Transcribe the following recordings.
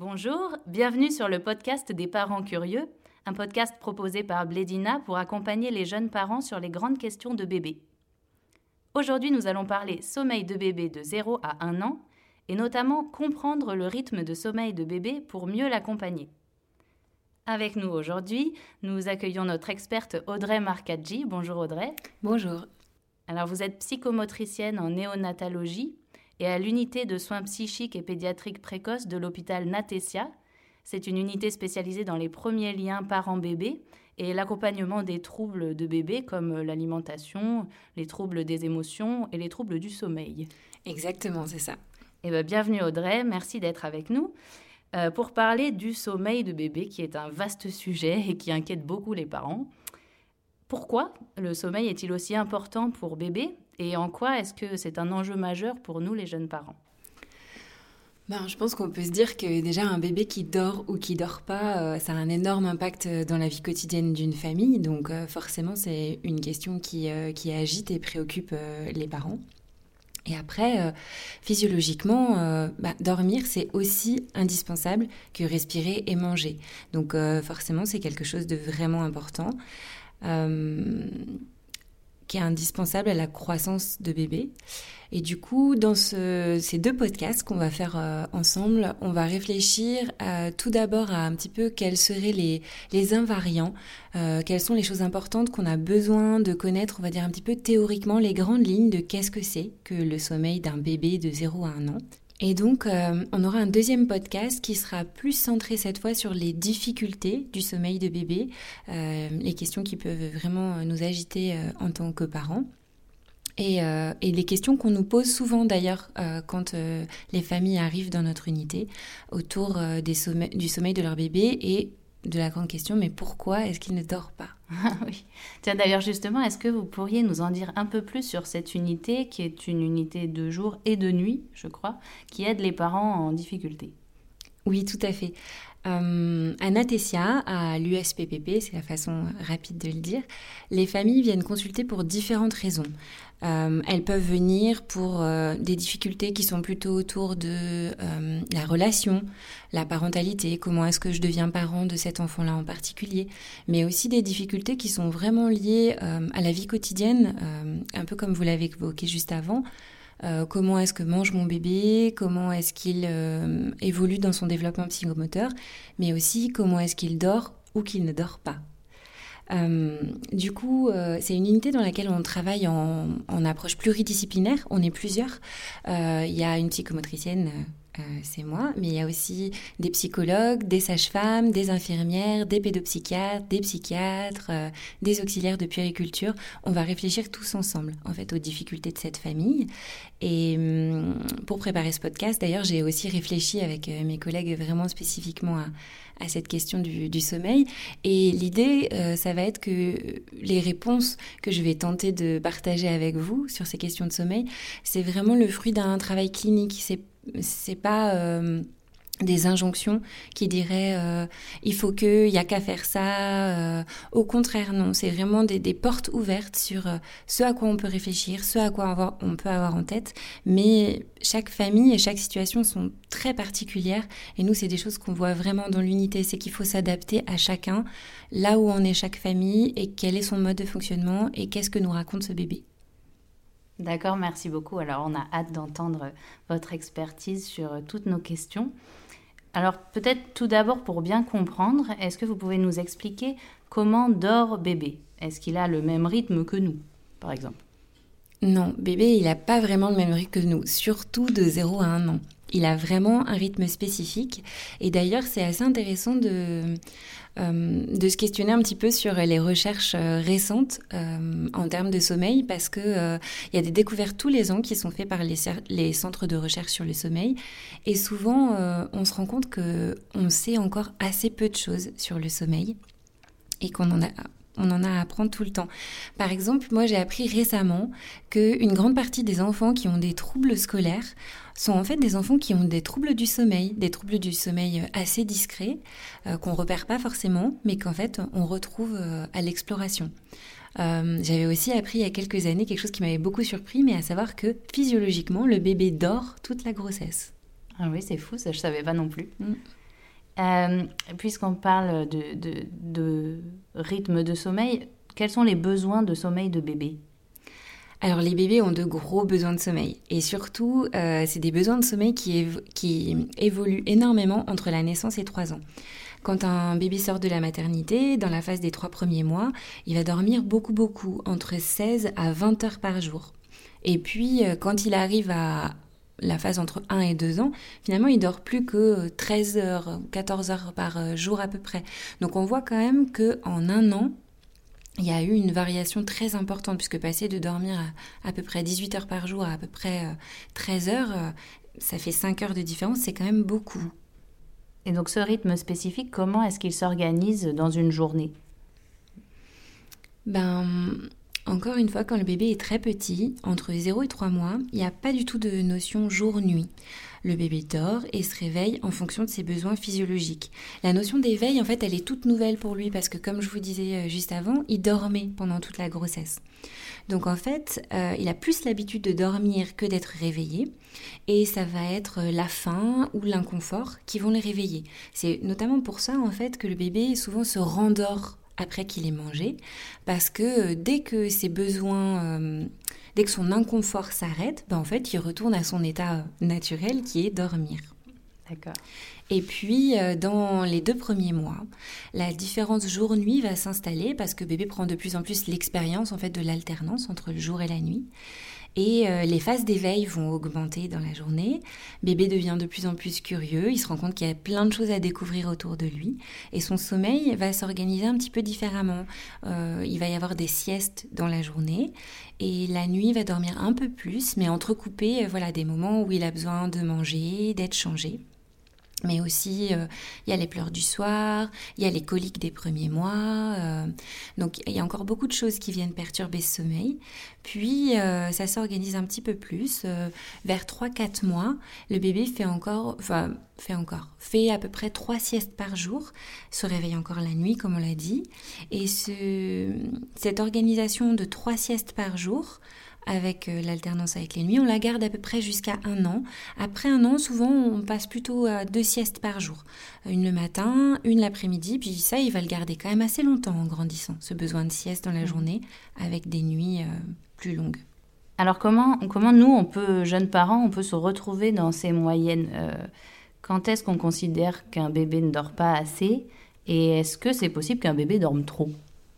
Bonjour, bienvenue sur le podcast des parents curieux, un podcast proposé par Blédina pour accompagner les jeunes parents sur les grandes questions de bébé. Aujourd'hui, nous allons parler sommeil de bébé de 0 à 1 an et notamment comprendre le rythme de sommeil de bébé pour mieux l'accompagner. Avec nous aujourd'hui, nous accueillons notre experte Audrey Marcaggi. Bonjour Audrey. Bonjour. Alors vous êtes psychomotricienne en néonatologie et à l'unité de soins psychiques et pédiatriques précoces de l'hôpital Natessia. C'est une unité spécialisée dans les premiers liens parents-bébés et l'accompagnement des troubles de bébé comme l'alimentation, les troubles des émotions et les troubles du sommeil. Exactement, c'est ça. Bienvenue Audrey, merci d'être avec nous pour parler du sommeil de bébé qui est un vaste sujet et qui inquiète beaucoup les parents. Pourquoi le sommeil est-il aussi important pour bébé et en quoi est-ce que c'est un enjeu majeur pour nous les jeunes parents ? Je pense qu'on peut se dire que déjà un bébé qui dort ou qui dort pas, ça a un énorme impact dans la vie quotidienne d'une famille. Donc forcément, c'est une question qui agite et préoccupe les parents. Et après, physiologiquement, dormir, c'est aussi indispensable que respirer et manger. Donc forcément, c'est quelque chose de vraiment important. Qui est indispensable à la croissance de bébé. Et du coup, dans ces deux podcasts qu'on va faire ensemble, on va réfléchir tout d'abord à un petit peu quels seraient les invariants, quelles sont les choses importantes qu'on a besoin de connaître, on va dire un petit peu théoriquement, les grandes lignes de qu'est-ce que c'est que le sommeil d'un bébé de 0 à 1 an. Et donc, on aura un deuxième podcast qui sera plus centré cette fois sur les difficultés du sommeil de bébé, les questions qui peuvent vraiment nous agiter en tant que parents. Et les questions qu'on nous pose souvent d'ailleurs quand les familles arrivent dans notre unité autour du sommeil de leur bébé et de la grande question, mais pourquoi est-ce qu'il ne dort pas ? Oui. Tiens, d'ailleurs, justement, est-ce que vous pourriez nous en dire un peu plus sur cette unité qui est une unité de jour et de nuit, je crois, qui aide les parents en difficulté ? Oui, tout à fait. À Natessia, à l'USPPP, c'est la façon rapide de le dire, les familles viennent consulter pour différentes raisons. Elles peuvent venir pour des difficultés qui sont plutôt autour de la relation, la parentalité, comment est-ce que je deviens parent de cet enfant-là en particulier, mais aussi des difficultés qui sont vraiment liées à la vie quotidienne, un peu comme vous l'avez évoqué juste avant. Comment est-ce que mange mon bébé, comment est-ce qu'il évolue dans son développement psychomoteur, mais aussi comment est-ce qu'il dort ou qu'il ne dort pas. Du coup, c'est une unité dans laquelle on travaille en approche pluridisciplinaire, on est plusieurs. Il y a une psychomotricienne, c'est moi, mais il y a aussi des psychologues, des sages-femmes, des infirmières, des pédopsychiatres, des psychiatres, des auxiliaires de puériculture. On va réfléchir tous ensemble, en fait, aux difficultés de cette famille. Et pour préparer ce podcast, d'ailleurs, j'ai aussi réfléchi avec mes collègues vraiment spécifiquement à cette question du sommeil. Et l'idée, ça va être que les réponses que je vais tenter de partager avec vous sur ces questions de sommeil, c'est vraiment le fruit d'un travail clinique. C'est pas des injonctions qui diraient il faut que, il y a qu'à faire ça. Au contraire, non. C'est vraiment des portes ouvertes sur ce à quoi on peut réfléchir, ce à quoi on peut avoir en tête. Mais chaque famille et chaque situation sont très particulières. Et nous, c'est des choses qu'on voit vraiment dans l'unité. C'est qu'il faut s'adapter à chacun, là où en est chaque famille et quel est son mode de fonctionnement et qu'est-ce que nous raconte ce bébé. D'accord, merci beaucoup. Alors, on a hâte d'entendre votre expertise sur toutes nos questions. Alors, peut-être tout d'abord, pour bien comprendre, est-ce que vous pouvez nous expliquer comment dort bébé ? Est-ce qu'il a le même rythme que nous, par exemple ? Non, bébé, il n'a pas vraiment le même rythme que nous, surtout de 0 à 1 an. Il a vraiment un rythme spécifique. Et d'ailleurs, c'est assez intéressant de se questionner un petit peu sur les recherches récentes en termes de sommeil, parce que y a des découvertes tous les ans qui sont faites par les centres de recherche sur le sommeil. Et souvent, on se rend compte qu'on sait encore assez peu de choses sur le sommeil et qu'on en a à apprendre tout le temps. Par exemple, moi, j'ai appris récemment qu'une grande partie des enfants qui ont des troubles scolaires sont en fait des enfants qui ont des troubles du sommeil assez discrets, qu'on repère pas forcément, mais qu'en fait, on retrouve à l'exploration. J'avais aussi appris il y a quelques années quelque chose qui m'avait beaucoup surpris, mais à savoir que physiologiquement, le bébé dort toute la grossesse. Ah oui, c'est fou, ça je savais pas non plus. Puisqu'on parle de rythme de sommeil, quels sont les besoins de sommeil de bébé? Alors les bébés ont de gros besoins de sommeil et surtout c'est des besoins de sommeil qui évoluent énormément entre la naissance et 3 ans. Quand un bébé sort de la maternité, dans la phase des 3 premiers mois, il va dormir beaucoup, entre 16 à 20 heures par jour. Et puis quand il arrive à la phase entre 1 et 2 ans, finalement il dort plus que 13 heures, 14 heures par jour à peu près. Donc on voit quand même qu'en un an, il y a eu une variation très importante, puisque passer de dormir à peu près 18 heures par jour à peu près 13 heures, ça fait 5 heures de différence, c'est quand même beaucoup. Et donc ce rythme spécifique, comment est-ce qu'il s'organise dans une journée? Encore une fois, quand le bébé est très petit, entre 0 et 3 mois, il n'y a pas du tout de notion jour-nuit. Le bébé dort et se réveille en fonction de ses besoins physiologiques. La notion d'éveil, en fait, elle est toute nouvelle pour lui parce que, comme je vous disais juste avant, il dormait pendant toute la grossesse. Donc, en fait, il a plus l'habitude de dormir que d'être réveillé et ça va être la faim ou l'inconfort qui vont les réveiller. C'est notamment pour ça, en fait, que le bébé souvent se rendort après qu'il ait mangé, parce que dès que ses besoins, dès que son inconfort s'arrête, en fait, il retourne à son état naturel qui est dormir. D'accord. Et puis, dans les 2 premiers mois, la différence jour-nuit va s'installer parce que bébé prend de plus en plus l'expérience en fait de l'alternance entre le jour et la nuit. Et les phases d'éveil vont augmenter dans la journée. Bébé devient de plus en plus curieux, il se rend compte qu'il y a plein de choses à découvrir autour de lui. Et son sommeil va s'organiser un petit peu différemment. Il va y avoir des siestes dans la journée. Et la nuit, il va dormir un peu plus, mais entrecoupé des moments où il a besoin de manger, d'être changé. Mais aussi, il y a les pleurs du soir, il y a les coliques des premiers mois. Donc, il y a encore beaucoup de choses qui viennent perturber ce sommeil. Puis, ça s'organise un petit peu plus. Vers 3-4 mois, le bébé fait à peu près 3 siestes par jour, se réveille encore la nuit, comme on l'a dit. Et cette organisation de 3 siestes par jour, avec l'alternance avec les nuits, on la garde à peu près jusqu'à 1 an. Après 1 an, souvent, on passe plutôt à 2 siestes par jour. Une le matin, une l'après-midi, puis ça, il va le garder quand même assez longtemps en grandissant, ce besoin de sieste dans la journée, avec des nuits plus longues. Alors comment nous, jeunes parents, on peut se retrouver dans ces moyennes? Quand est-ce qu'on considère qu'un bébé ne dort pas assez? Et est-ce que c'est possible qu'un bébé dorme trop?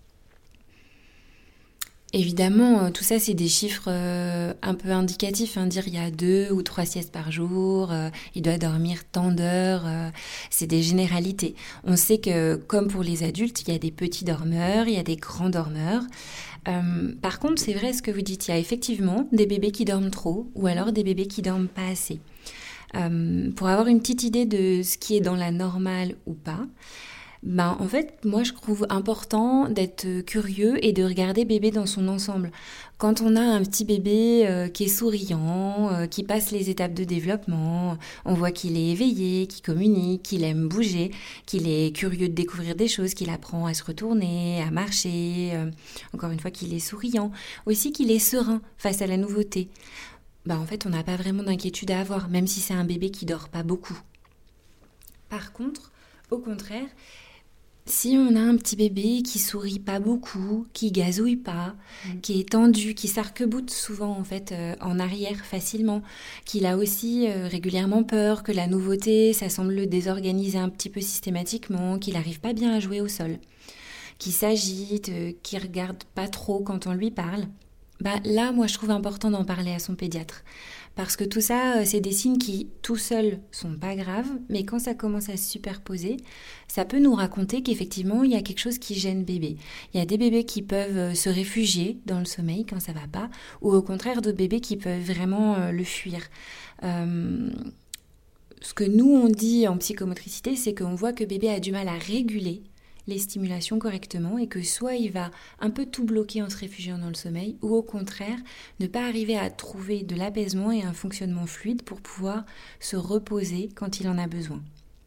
Évidemment, tout ça, c'est des chiffres un peu indicatifs. Dire il y a 2 ou 3 siestes par jour, il doit dormir tant d'heures, c'est des généralités. On sait que, comme pour les adultes, il y a des petits dormeurs, il y a des grands dormeurs. Par contre, c'est vrai ce que vous dites, il y a effectivement des bébés qui dorment trop ou alors des bébés qui dorment pas assez. Pour avoir une petite idée de ce qui est dans la normale ou pas, en fait, moi je trouve important d'être curieux et de regarder bébé dans son ensemble. Quand on a un petit bébé qui est souriant, qui passe les étapes de développement, on voit qu'il est éveillé, qu'il communique, qu'il aime bouger, qu'il est curieux de découvrir des choses, qu'il apprend à se retourner, à marcher, encore une fois qu'il est souriant, aussi qu'il est serein face à la nouveauté. En fait, on n'a pas vraiment d'inquiétude à avoir, même si c'est un bébé qui dort pas beaucoup. Par contre, au contraire, si on a un petit bébé qui sourit pas beaucoup, qui gazouille pas, qui est tendu, qui s'arc-boute souvent en fait en arrière facilement, qu'il a aussi régulièrement peur que la nouveauté, ça semble le désorganiser un petit peu systématiquement, qu'il n'arrive pas bien à jouer au sol, qui s'agite, qui regarde pas trop quand on lui parle, là moi je trouve important d'en parler à son pédiatre. Parce que tout ça, c'est des signes qui, tout seuls, sont pas graves, mais quand ça commence à se superposer, ça peut nous raconter qu'effectivement, il y a quelque chose qui gêne bébé. Il y a des bébés qui peuvent se réfugier dans le sommeil quand ça va pas, ou au contraire d'autres bébés qui peuvent vraiment le fuir. Ce que nous, on dit en psychomotricité, c'est qu'on voit que bébé a du mal à réguler les stimulations correctement et que soit il va un peu tout bloquer en se réfugiant dans le sommeil ou au contraire ne pas arriver à trouver de l'apaisement et un fonctionnement fluide pour pouvoir se reposer quand il en a besoin.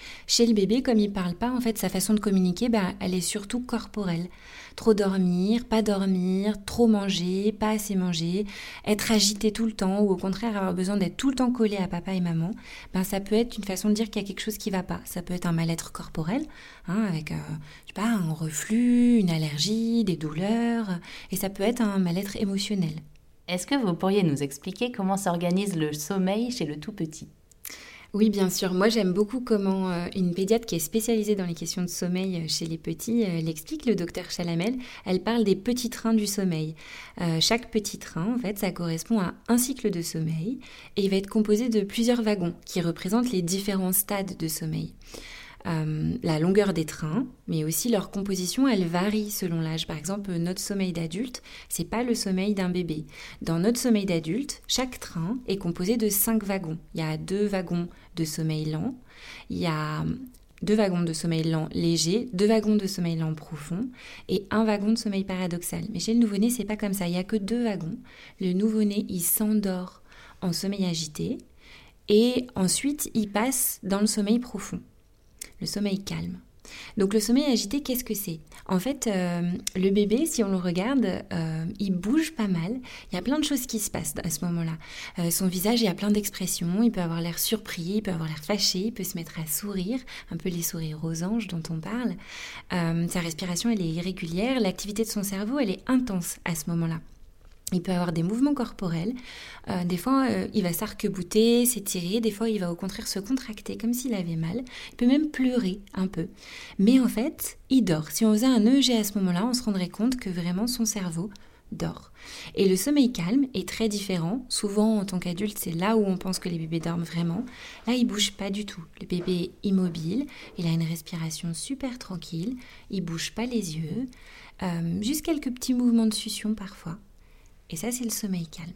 Chez le bébé, comme il ne parle pas, en fait, sa façon de communiquer, elle est surtout corporelle. Trop dormir, pas dormir, trop manger, pas assez manger, être agité tout le temps ou au contraire avoir besoin d'être tout le temps collé à papa et maman, ça peut être une façon de dire qu'il y a quelque chose qui ne va pas. Ça peut être un mal-être corporel, avec un reflux, une allergie, des douleurs, et ça peut être un mal-être émotionnel. Est-ce que vous pourriez nous expliquer comment s'organise le sommeil chez le tout petit ? Oui, bien sûr. Moi, j'aime beaucoup comment une pédiatre qui est spécialisée dans les questions de sommeil chez les petits l'explique, le docteur Chalamel. Elle parle des petits trains du sommeil. Chaque petit train, en fait, ça correspond à un cycle de sommeil et il va être composé de plusieurs wagons qui représentent les différents stades de sommeil. La longueur des trains, mais aussi leur composition, elle varie selon l'âge. Par exemple, notre sommeil d'adulte, c'est pas le sommeil d'un bébé. Dans notre sommeil d'adulte, chaque train est composé de 5 wagons. Il y a 2 wagons de sommeil lent, il y a 2 wagons de sommeil lent léger, 2 wagons de sommeil lent profond et 1 wagon de sommeil paradoxal. Mais chez le nouveau-né, c'est pas comme ça. Il n'y a que 2 wagons. Le nouveau-né, il s'endort en sommeil agité et ensuite, il passe dans le sommeil profond. Le sommeil calme. Donc le sommeil agité, qu'est-ce que c'est ? En fait, le bébé, si on le regarde, il bouge pas mal. Il y a plein de choses qui se passent à ce moment-là. Son visage, il y a plein d'expressions. Il peut avoir l'air surpris, il peut avoir l'air fâché, il peut se mettre à sourire, un peu les sourires aux anges dont on parle. Sa respiration, elle est irrégulière. L'activité de son cerveau, elle est intense à ce moment-là. Il peut avoir des mouvements corporels, des fois il va s'arc-bouter, s'étirer, des fois il va au contraire se contracter comme s'il avait mal, il peut même pleurer un peu. Mais en fait, il dort. Si on faisait un EEG à ce moment-là, on se rendrait compte que vraiment son cerveau dort. Et le sommeil calme est très différent. Souvent, en tant qu'adulte, c'est là où on pense que les bébés dorment vraiment. Là, il bouge pas du tout. Le bébé est immobile, il a une respiration super tranquille, il bouge pas les yeux, juste quelques petits mouvements de succion parfois. Et ça, c'est le sommeil calme.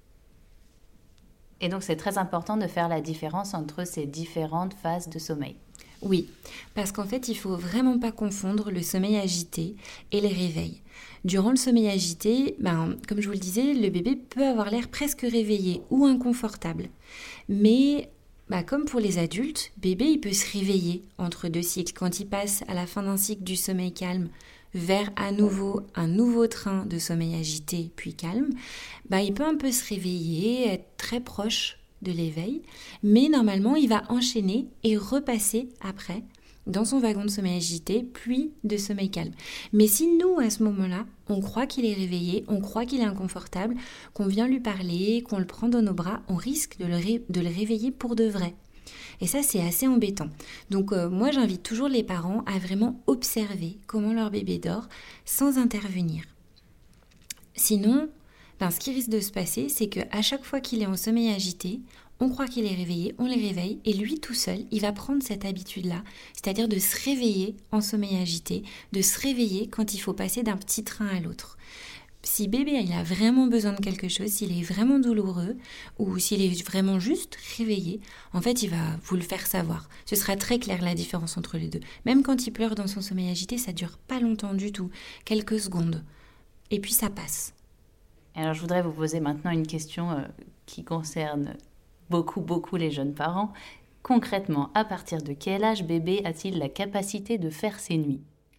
Et donc, c'est très important de faire la différence entre ces différentes phases de sommeil. Oui, parce qu'en fait, il faut vraiment pas confondre le sommeil agité et les réveils. Durant le sommeil agité, comme je vous le disais, le bébé peut avoir l'air presque réveillé ou inconfortable. Mais comme pour les adultes, bébé, il peut se réveiller entre 2 cycles. Quand il passe à la fin d'un cycle du sommeil calme vers à nouveau un nouveau train de sommeil agité puis calme, il peut un peu se réveiller, être très proche de l'éveil, mais normalement il va enchaîner et repasser après dans son wagon de sommeil agité puis de sommeil calme. Mais si nous à ce moment-là, on croit qu'il est réveillé, on croit qu'il est inconfortable, qu'on vient lui parler, qu'on le prend dans nos bras, on risque de le réveiller pour de vrai. Et ça, c'est assez embêtant. Donc moi, j'invite toujours les parents à vraiment observer comment leur bébé dort sans intervenir. Sinon, ce qui risque de se passer, c'est qu'à chaque fois qu'il est en sommeil agité, on croit qu'il est réveillé, on le réveille, et lui tout seul, il va prendre cette habitude-là, c'est-à-dire de se réveiller en sommeil agité, de se réveiller quand il faut passer d'un petit train à l'autre. Si bébé il a vraiment besoin de quelque chose, s'il est vraiment douloureux ou s'il est vraiment juste réveillé, en fait il va vous le faire savoir. Ce sera très clair la différence entre les deux. Même quand il pleure dans son sommeil agité, ça dure pas longtemps du tout, quelques secondes. Et puis ça passe. Alors je voudrais vous poser maintenant une question qui concerne beaucoup les jeunes parents. Concrètement, à partir de quel âge bébé a-t-il la capacité de faire ses nuits ?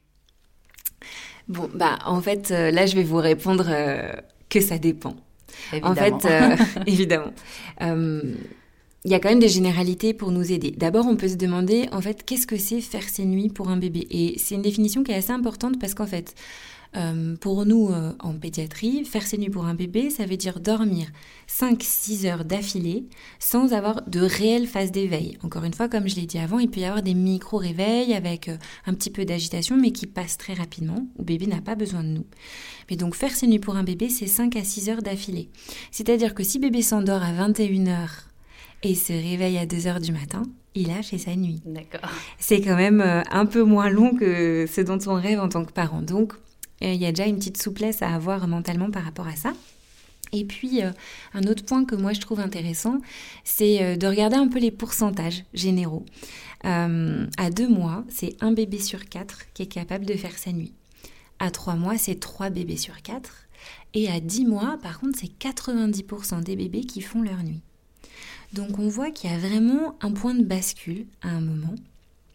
Bon, en fait, là, je vais vous répondre que ça dépend. Évidemment. En fait, évidemment. Il y a quand même des généralités pour nous aider. D'abord, on peut se demander, en fait, qu'est-ce que c'est faire ses nuits pour un bébé ? Et c'est une définition qui est assez importante parce qu'en fait, pour nous, en pédiatrie, faire ses nuits pour un bébé, ça veut dire dormir 5-6 heures d'affilée sans avoir de réelle phase d'éveil. Encore une fois, comme je l'ai dit avant, il peut y avoir des micro-réveils avec un petit peu d'agitation, mais qui passent très rapidement, où bébé n'a pas besoin de nous. Mais donc, faire ses nuits pour un bébé, c'est 5-6 heures d'affilée. C'est-à-dire que si bébé s'endort à 21h et se réveille à 2h du matin, il a fait sa nuit. D'accord. C'est quand même un peu moins long que ce dont on rêve en tant que parent. Donc, il y a déjà une petite souplesse à avoir mentalement par rapport à ça. Et puis, un autre point que moi je trouve intéressant, c'est de regarder un peu les pourcentages généraux. À 2 mois, c'est 1 bébé sur 4 qui est capable de faire sa nuit. À 3 mois, c'est 3 bébés sur 4. Et à 10 mois, par contre, c'est 90% des bébés qui font leur nuit. Donc on voit qu'il y a vraiment un point de bascule à un moment.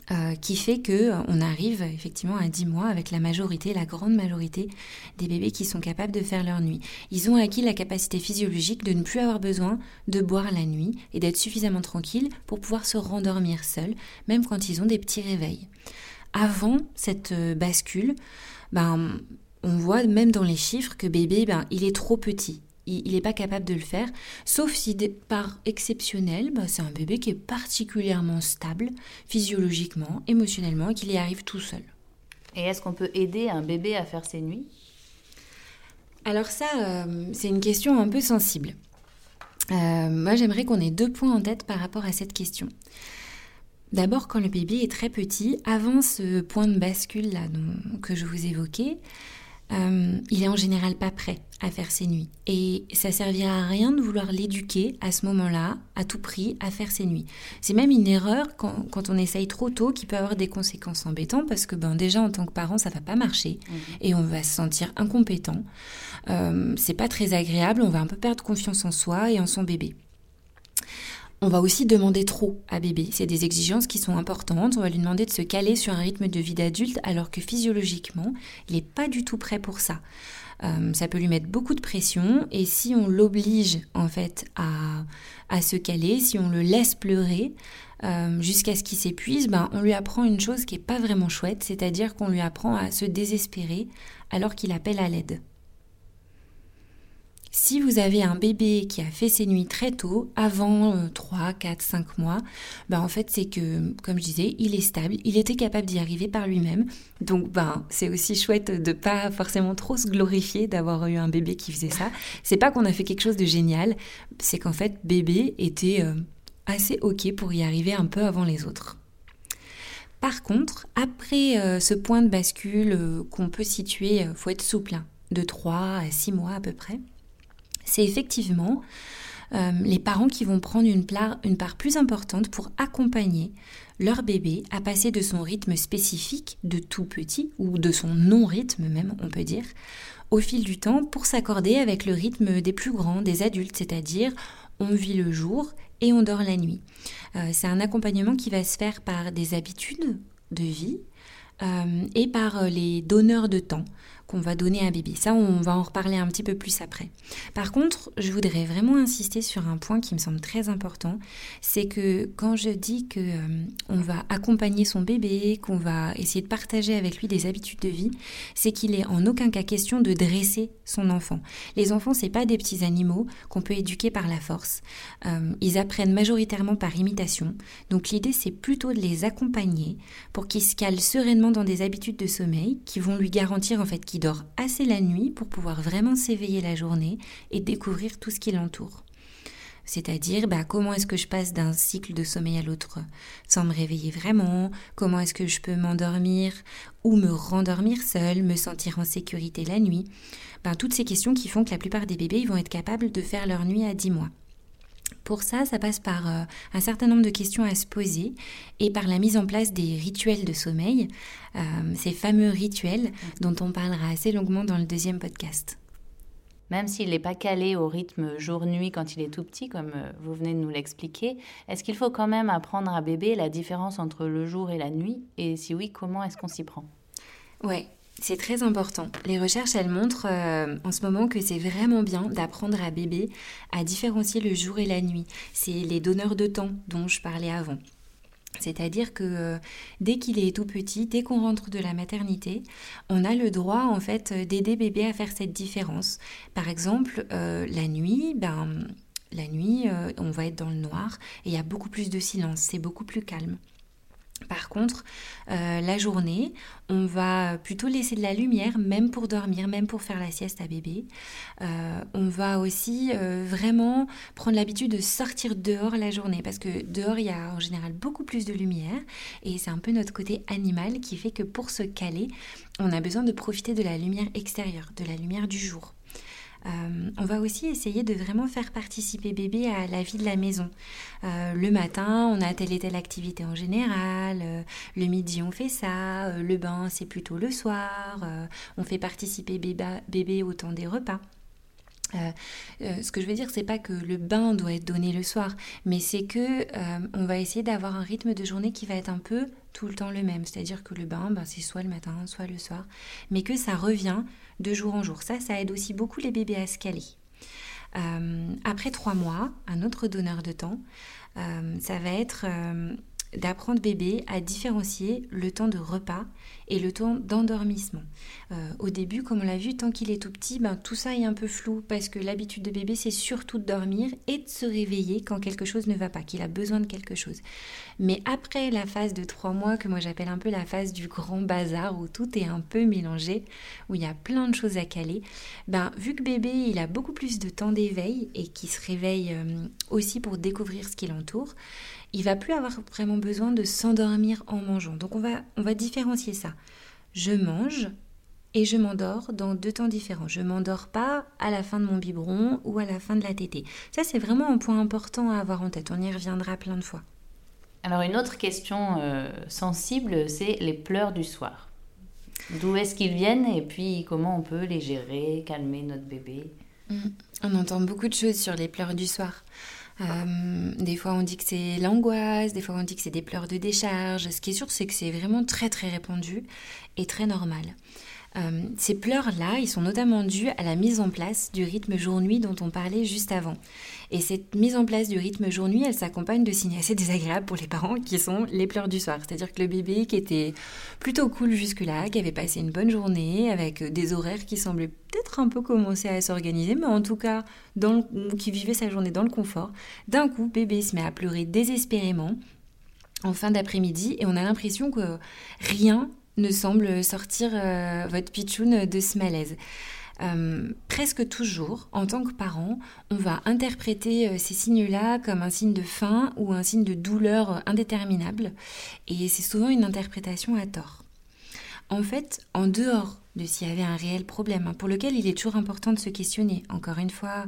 qui fait qu'on arrive effectivement à 10 mois avec la grande majorité des bébés qui sont capables de faire leur nuit. Ils ont acquis la capacité physiologique de ne plus avoir besoin de boire la nuit et d'être suffisamment tranquilles pour pouvoir se rendormir seuls, même quand ils ont des petits réveils. Avant cette bascule, on voit même dans les chiffres que bébé, il est trop petit. Il n'est pas capable de le faire, sauf si par exceptionnel, c'est un bébé qui est particulièrement stable, physiologiquement, émotionnellement, et qu'il y arrive tout seul. Et est-ce qu'on peut aider un bébé à faire ses nuits ? Alors ça, c'est une question un peu sensible. Moi, j'aimerais qu'on ait 2 points en tête par rapport à cette question. D'abord, quand le bébé est très petit, avant ce point de bascule là que je vous évoquais, il est en général pas prêt à faire ses nuits. Et ça servira à rien de vouloir l'éduquer à ce moment-là, à tout prix, à faire ses nuits. C'est même une erreur quand on essaye trop tôt qui peut avoir des conséquences embêtantes parce que déjà en tant que parent, ça va pas marcher et on va se sentir incompétent. C'est pas très agréable, on va un peu perdre confiance en soi et en son bébé. On va aussi demander trop à bébé. C'est des exigences qui sont importantes. On va lui demander de se caler sur un rythme de vie d'adulte alors que physiologiquement, il n'est pas du tout prêt pour ça. Ça peut lui mettre beaucoup de pression et si on l'oblige en fait à se caler, si on le laisse pleurer jusqu'à ce qu'il s'épuise, on lui apprend une chose qui n'est pas vraiment chouette, c'est-à-dire qu'on lui apprend à se désespérer alors qu'il appelle à l'aide. Si vous avez un bébé qui a fait ses nuits très tôt, avant 3, 4, 5 mois, en fait c'est que, comme je disais, il est stable, il était capable d'y arriver par lui-même. Donc c'est aussi chouette de pas forcément trop se glorifier d'avoir eu un bébé qui faisait ça. C'est pas qu'on a fait quelque chose de génial, c'est qu'en fait bébé était assez ok pour y arriver un peu avant les autres. Par contre, après ce point de bascule qu'on peut situer, faut être souple, de 3 à 6 mois à peu près, c'est effectivement les parents qui vont prendre une part plus importante pour accompagner leur bébé à passer de son rythme spécifique de tout petit, ou de son non-rythme même, on peut dire, au fil du temps pour s'accorder avec le rythme des plus grands, des adultes, c'est-à-dire on vit le jour et on dort la nuit. C'est un accompagnement qui va se faire par des habitudes de vie et par les donneurs de temps qu'on va donner à bébé. Ça, on va en reparler un petit peu plus après. Par contre, je voudrais vraiment insister sur un point qui me semble très important, c'est que quand je dis que on va accompagner son bébé, qu'on va essayer de partager avec lui des habitudes de vie, c'est qu'il est en aucun cas question de dresser son enfant. Les enfants, c'est pas des petits animaux qu'on peut éduquer par la force. Ils apprennent majoritairement par imitation. Donc l'idée, c'est plutôt de les accompagner pour qu'ils se calent sereinement dans des habitudes de sommeil qui vont lui garantir en fait qu'il dort assez la nuit pour pouvoir vraiment s'éveiller la journée et découvrir tout ce qui l'entoure. C'est-à-dire, comment est-ce que je passe d'un cycle de sommeil à l'autre sans me réveiller vraiment? Comment est-ce que je peux m'endormir ou me rendormir seule, me sentir en sécurité la nuit? Toutes ces questions qui font que la plupart des bébés ils vont être capables de faire leur nuit à 10 mois. Pour ça, ça passe par un certain nombre de questions à se poser et par la mise en place des rituels de sommeil, ces fameux rituels dont on parlera assez longuement dans le 2e podcast. Même s'il n'est pas calé au rythme jour-nuit quand il est tout petit, comme vous venez de nous l'expliquer, est-ce qu'il faut quand même apprendre à bébé la différence entre le jour et la nuit? Et si oui, comment est-ce qu'on s'y prend? Ouais. C'est très important. Les recherches, elles montrent en ce moment que c'est vraiment bien d'apprendre à bébé à différencier le jour et la nuit. C'est les donneurs de temps dont je parlais avant. C'est-à-dire que dès qu'il est tout petit, dès qu'on rentre de la maternité, on a le droit en fait d'aider bébé à faire cette différence. Par exemple, la nuit, on va être dans le noir et il y a beaucoup plus de silence, c'est beaucoup plus calme. Par contre, la journée, on va plutôt laisser de la lumière, même pour dormir, même pour faire la sieste à bébé. On va aussi vraiment prendre l'habitude de sortir dehors la journée, parce que dehors, il y a en général beaucoup plus de lumière, et c'est un peu notre côté animal qui fait que pour se caler, on a besoin de profiter de la lumière extérieure, de la lumière du jour. On va aussi essayer de vraiment faire participer bébé à la vie de la maison. Le matin, on a telle et telle activité en général. Le midi, on fait ça. Le bain, c'est plutôt le soir. On fait participer bébé au temps des repas. Ce que je veux dire, c'est pas que le bain doit être donné le soir, mais c'est que on va essayer d'avoir un rythme de journée qui va être un peu tout le temps le même, c'est-à-dire que le bain, c'est soit le matin, soit le soir, mais que ça revient de jour en jour. Ça aide aussi beaucoup les bébés à se caler. Après 3 mois, un autre donneur de temps, ça va être d'apprendre bébé à différencier le temps de repas et le temps d'endormissement. Au début, comme on l'a vu, tant qu'il est tout petit, tout ça est un peu flou parce que l'habitude de bébé, c'est surtout de dormir et de se réveiller quand quelque chose ne va pas, qu'il a besoin de quelque chose. Mais après la phase de 3 mois, que moi j'appelle un peu la phase du grand bazar, où tout est un peu mélangé, où il y a plein de choses à caler, vu que bébé, il a beaucoup plus de temps d'éveil et qu'il se réveille aussi pour découvrir ce qui l'entoure, il va plus avoir vraiment besoin de s'endormir en mangeant. Donc on va différencier ça. Je mange et je m'endors dans 2 temps différents. Je m'endors pas à la fin de mon biberon ou à la fin de la tétée. Ça, c'est vraiment un point important à avoir en tête. On y reviendra plein de fois. Alors une autre question sensible, c'est les pleurs du soir. D'où est-ce qu'ils viennent et puis comment on peut les gérer, calmer notre bébé? On entend beaucoup de choses sur les pleurs du soir. Des fois on dit que c'est l'angoisse, des fois on dit que c'est des pleurs de décharge. Ce qui est sûr, c'est que c'est vraiment très très répandu et très normal. Ces pleurs-là, ils sont notamment dus à la mise en place du rythme jour-nuit dont on parlait juste avant. Et cette mise en place du rythme jour-nuit, elle s'accompagne de signes assez désagréables pour les parents qui sont les pleurs du soir. C'est-à-dire que le bébé qui était plutôt cool jusque-là, qui avait passé une bonne journée avec des horaires qui semblaient peut-être un peu commencer à s'organiser, mais en tout cas qui vivait sa journée dans le confort, d'un coup, bébé se met à pleurer désespérément en fin d'après-midi et on a l'impression que rien ne semble sortir votre pitchoun de ce malaise. Presque toujours, en tant que parent, on va interpréter ces signes-là comme un signe de faim ou un signe de douleur indéterminable, et c'est souvent une interprétation à tort. En fait, en dehors de s'il y avait un réel problème, pour lequel il est toujours important de se questionner, encore une fois,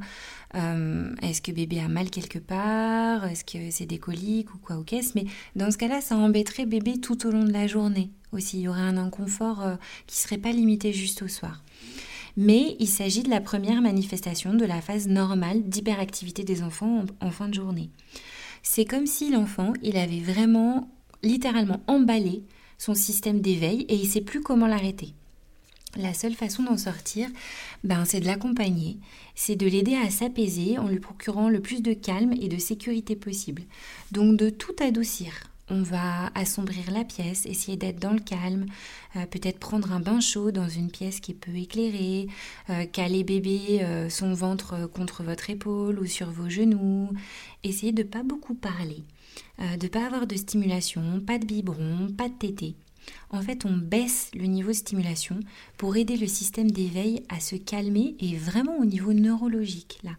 est-ce que bébé a mal quelque part, est-ce que c'est des coliques ou quoi ou qu'est-ce, mais dans ce cas-là, ça embêterait bébé tout au long de la journée aussi, il y aurait un inconfort qui ne serait pas limité juste au soir. Mais il s'agit de la première manifestation de la phase normale d'hyperactivité des enfants en fin de journée. C'est comme si l'enfant, il avait vraiment, littéralement emballé son système d'éveil et il ne sait plus comment l'arrêter. La seule façon d'en sortir, c'est de l'accompagner, c'est de l'aider à s'apaiser en lui procurant le plus de calme et de sécurité possible. Donc de tout adoucir. On va assombrir la pièce, essayer d'être dans le calme, peut-être prendre un bain chaud dans une pièce qui est peu éclairée, caler bébé son ventre contre votre épaule ou sur vos genoux, essayer de ne pas beaucoup parler, de ne pas avoir de stimulation, pas de biberon, pas de tétée. En fait, on baisse le niveau de stimulation pour aider le système d'éveil à se calmer et vraiment au niveau neurologique, là.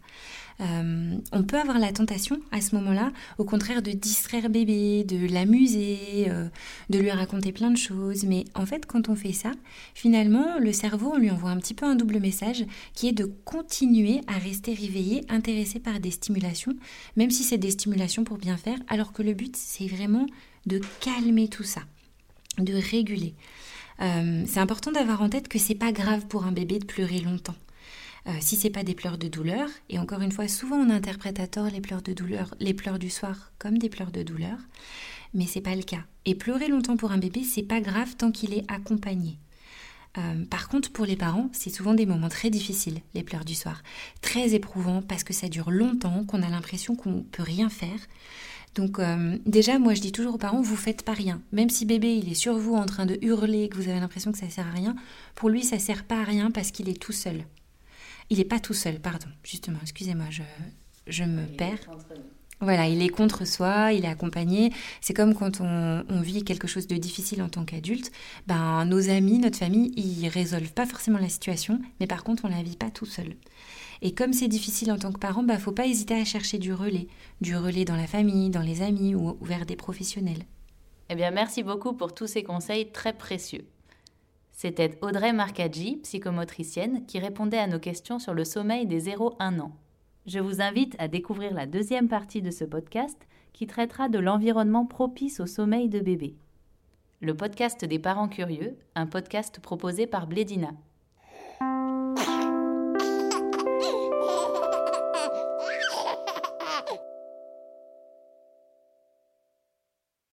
On peut avoir la tentation à ce moment-là, au contraire, de distraire bébé, de l'amuser, de lui raconter plein de choses. Mais en fait, quand on fait ça, finalement, le cerveau, on lui envoie un petit peu un double message qui est de continuer à rester réveillé, intéressé par des stimulations, même si c'est des stimulations pour bien faire, alors que le but, c'est vraiment de calmer tout ça, de réguler. C'est important d'avoir en tête que c'est pas grave pour un bébé de pleurer longtemps. Si c'est pas des pleurs de douleur, et encore une fois, souvent on interprète à tort les pleurs de douleur, les pleurs du soir comme des pleurs de douleur, mais c'est pas le cas. Et pleurer longtemps pour un bébé, c'est pas grave tant qu'il est accompagné. Par contre, pour les parents, c'est souvent des moments très difficiles, les pleurs du soir. Très éprouvants parce que ça dure longtemps, qu'on a l'impression qu'on peut rien faire. Donc déjà, moi je dis toujours aux parents, vous faites pas rien. Même si bébé il est sur vous en train de hurler, que vous avez l'impression que ça sert à rien, pour lui ça sert pas à rien parce qu'il est tout seul. Il est pas tout seul, pardon, justement, excusez-moi, je me perds. Voilà, il est contre soi, il est accompagné. C'est comme quand on vit quelque chose de difficile en tant qu'adulte, nos amis, notre famille, ils résolvent pas forcément la situation, mais par contre on la vit pas tout seul. Et comme c'est difficile en tant que parent, faut pas hésiter à chercher du relais dans la famille, dans les amis ou vers des professionnels. Eh bien, merci beaucoup pour tous ces conseils très précieux. C'était Audrey Marcaggi, psychomotricienne, qui répondait à nos questions sur le sommeil des 0-1 ans. Je vous invite à découvrir la deuxième partie de ce podcast qui traitera de l'environnement propice au sommeil de bébé. Le podcast des parents curieux, un podcast proposé par Blédina.